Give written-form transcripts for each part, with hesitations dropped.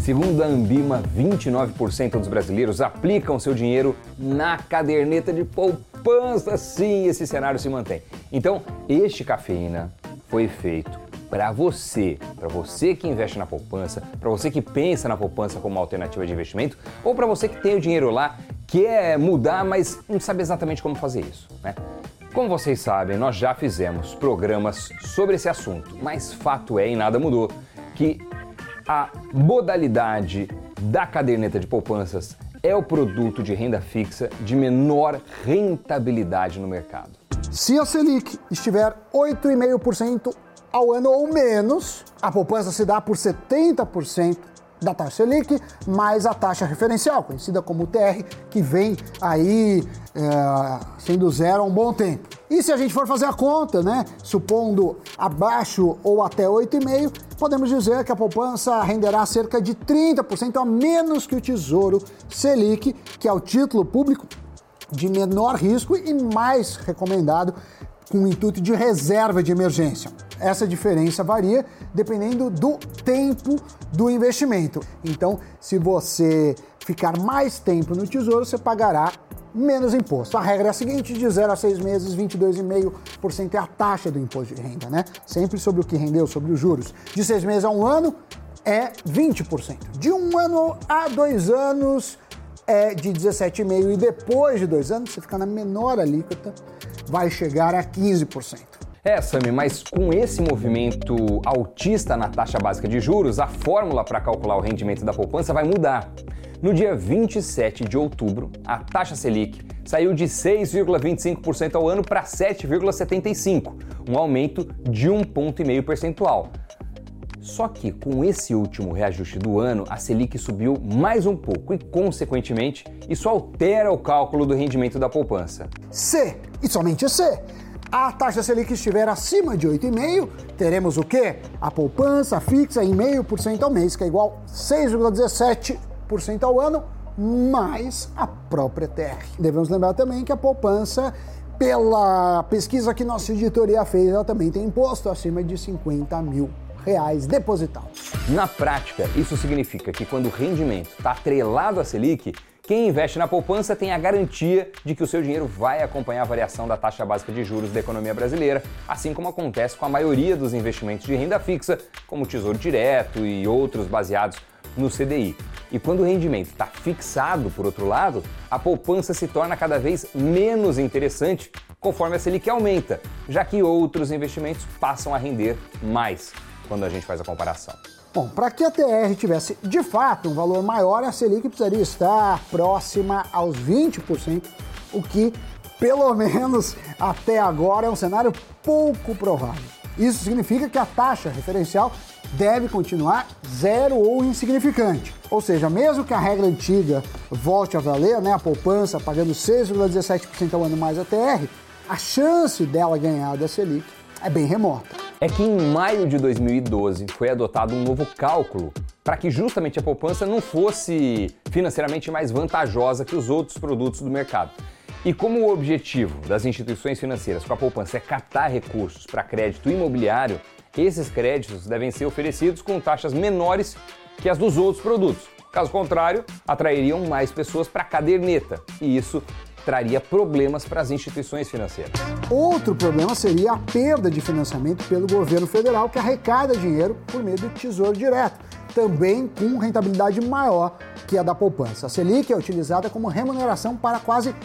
Segundo a Ambima, 29% dos brasileiros aplicam seu dinheiro na caderneta de poupança. Sim, esse cenário se mantém. Então, este Cafeína foi feito para você que investe na poupança, para você que pensa na poupança como uma alternativa de investimento, ou para você que tem o dinheiro lá, quer mudar, mas não sabe exatamente como fazer isso, né? Como vocês sabem, nós já fizemos programas sobre esse assunto, mas fato é, e nada mudou, que a modalidade da caderneta de poupanças é o produto de renda fixa de menor rentabilidade no mercado. Se a Selic estiver 8,5% ao ano ou menos, a poupança se dá por 70% da taxa Selic, mais a taxa referencial, conhecida como TR, que vem aí sendo zero há um bom tempo. E se a gente for fazer a conta, né, supondo abaixo ou até 8,5%, podemos dizer que a poupança renderá cerca de 30% a menos que o Tesouro Selic, que é o título público de menor risco e mais recomendado com o intuito de reserva de emergência. Essa diferença varia dependendo do tempo do investimento. Então, se você ficar mais tempo no Tesouro, você pagará menos imposto. A regra é a seguinte: de 0 a 6 meses, 22,5% é a taxa do imposto de renda, né? Sempre sobre o que rendeu, sobre os juros. De 6 meses a 1 ano é 20%. De 1 ano a 2 anos é de 17,5%. E depois de 2 anos, você fica na menor alíquota, vai chegar a 15%. Sami, mas com esse movimento altista na taxa básica de juros, a fórmula para calcular o rendimento da poupança vai mudar. No dia 27 de outubro, a taxa Selic saiu de 6,25% ao ano para 7,75%, um aumento de 1,5 ponto percentual. Só que com esse último reajuste do ano, a Selic subiu mais um pouco e, consequentemente, isso altera o cálculo do rendimento da poupança. Se, e somente se, a taxa Selic estiver acima de 8,5%, teremos o quê? A poupança fixa em 0,5% ao mês, que é igual a 6,17% ao ano, mais a própria TR. Devemos lembrar também que a poupança, pela pesquisa que nossa editoria fez, ela também tem imposto acima de R$50 mil depositados. Na prática, isso significa que quando o rendimento está atrelado à Selic, quem investe na poupança tem a garantia de que o seu dinheiro vai acompanhar a variação da taxa básica de juros da economia brasileira, assim como acontece com a maioria dos investimentos de renda fixa, como o Tesouro Direto e outros baseados no CDI. E quando o rendimento está fixado, por outro lado, a poupança se torna cada vez menos interessante conforme a Selic aumenta, já que outros investimentos passam a render mais quando a gente faz a comparação. Bom, para que a TR tivesse de fato um valor maior, a Selic precisaria estar próxima aos 20%, o que, pelo menos até agora, é um cenário pouco provável. Isso significa que a taxa referencial deve continuar zero ou insignificante. Ou seja, mesmo que a regra antiga volte a valer, né, a poupança pagando 6,17% ao ano mais a TR, a chance dela ganhar da Selic é bem remota. É que em maio de 2012 foi adotado um novo cálculo para que justamente a poupança não fosse financeiramente mais vantajosa que os outros produtos do mercado. E como o objetivo das instituições financeiras com a poupança é captar recursos para crédito imobiliário, esses créditos devem ser oferecidos com taxas menores que as dos outros produtos. Caso contrário, atrairiam mais pessoas para a caderneta, e isso traria problemas para as instituições financeiras. Outro problema seria a perda de financiamento pelo governo federal, que arrecada dinheiro por meio do Tesouro Direto, também com rentabilidade maior que a da poupança. A Selic é utilizada como remuneração para quase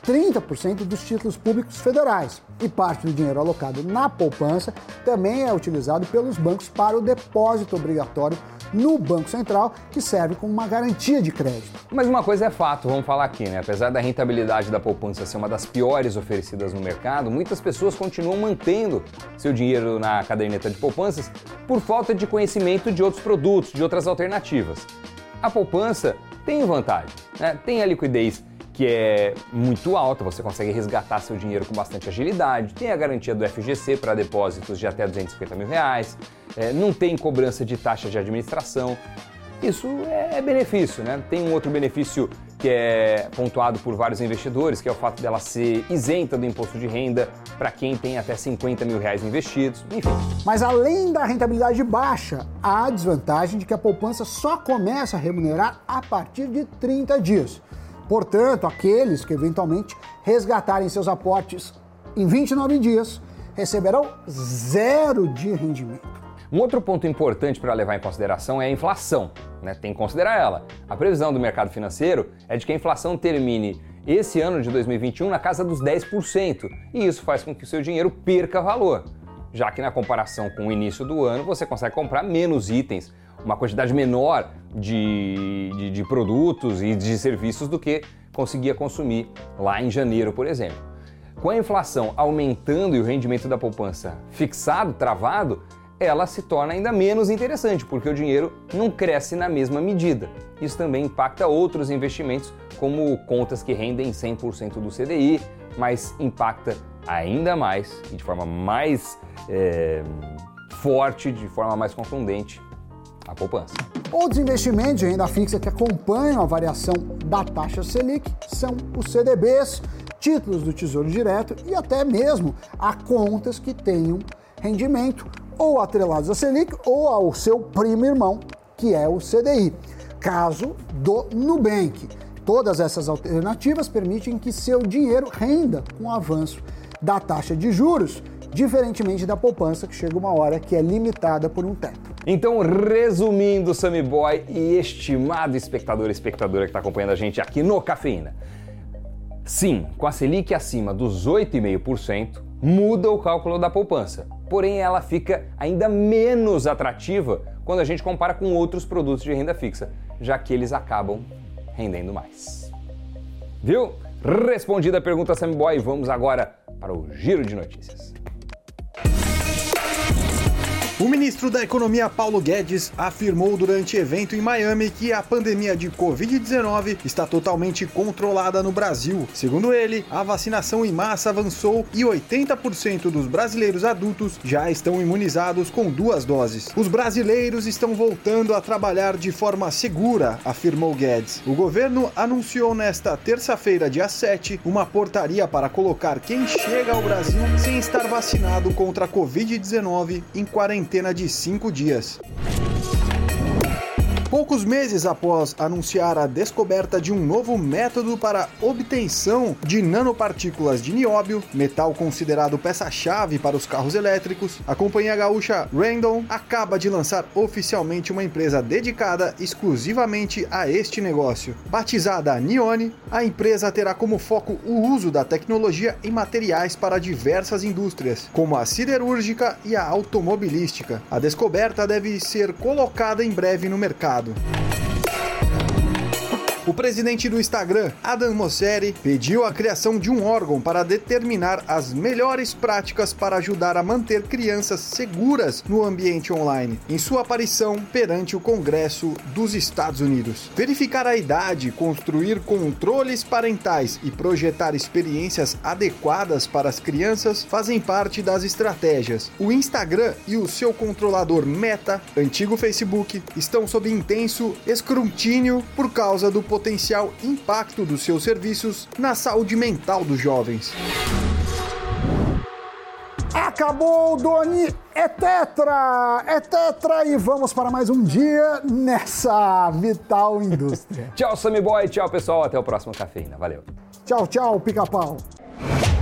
30% dos títulos públicos federais, e parte do dinheiro alocado na poupança também é utilizado pelos bancos para o depósito obrigatório no Banco Central, que serve como uma garantia de crédito. Mas uma coisa é fato, vamos falar aqui, né? Apesar da rentabilidade da poupança ser uma das piores oferecidas no mercado, muitas pessoas continuam mantendo seu dinheiro na caderneta de poupanças por falta de conhecimento de outros produtos, de outras alternativas. A poupança tem vantagem, né? Tem a liquidez que é muito alta, você consegue resgatar seu dinheiro com bastante agilidade, tem a garantia do FGC para depósitos de até R$250 mil, não tem cobrança de taxa de administração. Isso é benefício, né? Tem um outro benefício que é pontuado por vários investidores, que é o fato dela ser isenta do imposto de renda para quem tem até R$50 mil investidos, enfim. Mas além da rentabilidade baixa, há a desvantagem de que a poupança só começa a remunerar a partir de 30 dias. Portanto, aqueles que eventualmente resgatarem seus aportes em 29 dias receberão 0 de rendimento. Um outro ponto importante para levar em consideração é a inflação, né? Tem que considerar ela. A previsão do mercado financeiro é de que a inflação termine esse ano de 2021 na casa dos 10%, e isso faz com que o seu dinheiro perca valor, já que na comparação com o início do ano você consegue comprar menos itens, uma quantidade menor de produtos e de serviços do que conseguia consumir lá em janeiro, por exemplo. Com a inflação aumentando e o rendimento da poupança fixado, travado, ela se torna ainda menos interessante, porque o dinheiro não cresce na mesma medida. Isso também impacta outros investimentos, como contas que rendem 100% do CDI, mas impacta ainda mais e de forma mais forte, de forma mais contundente, a poupança. Outros investimentos de renda fixa que acompanham a variação da taxa Selic são os CDBs, títulos do Tesouro Direto e até mesmo a contas que tenham rendimento ou atrelados à Selic ou ao seu primo irmão, que é o CDI. Caso do Nubank. Todas essas alternativas permitem que seu dinheiro renda com o avanço da taxa de juros, diferentemente da poupança, que chega uma hora que é limitada por um teto. Então, resumindo, Sammy Boy e estimado espectador e espectadora que está acompanhando a gente aqui no Cafeína. Sim, com a Selic acima dos 8,5%, muda o cálculo da poupança. Porém, ela fica ainda menos atrativa quando a gente compara com outros produtos de renda fixa, já que eles acabam rendendo mais. Viu? Respondida a pergunta, Sammy Boy, vamos agora para o Giro de Notícias. O ministro da Economia, Paulo Guedes, afirmou durante evento em Miami que a pandemia de Covid-19 está totalmente controlada no Brasil. Segundo ele, a vacinação em massa avançou e 80% dos brasileiros adultos já estão imunizados com 2 doses. Os brasileiros estão voltando a trabalhar de forma segura, afirmou Guedes. O governo anunciou nesta terça-feira, dia 7, uma portaria para colocar quem chega ao Brasil sem estar vacinado contra a Covid-19 em quarentena de 5 dias. Poucos meses após anunciar a descoberta de um novo método para obtenção de nanopartículas de nióbio, metal considerado peça-chave para os carros elétricos, a companhia gaúcha Randon acaba de lançar oficialmente uma empresa dedicada exclusivamente a este negócio. Batizada Nione, a empresa terá como foco o uso da tecnologia em materiais para diversas indústrias, como a siderúrgica e a automobilística. A descoberta deve ser colocada em breve no mercado. O presidente do Instagram, Adam Mosseri, pediu a criação de um órgão para determinar as melhores práticas para ajudar a manter crianças seguras no ambiente online, em sua aparição perante o Congresso dos Estados Unidos. Verificar a idade, construir controles parentais e projetar experiências adequadas para as crianças fazem parte das estratégias. O Instagram e o seu controlador Meta, antigo Facebook, estão sob intenso escrutínio por causa do potencial impacto dos seus serviços na saúde mental dos jovens. Acabou, Doni! É tetra e vamos para mais um dia nessa vital indústria. Tchau, Sammy Boy, tchau, pessoal, até o próximo Cafeína, valeu. Tchau, tchau, pica-pau.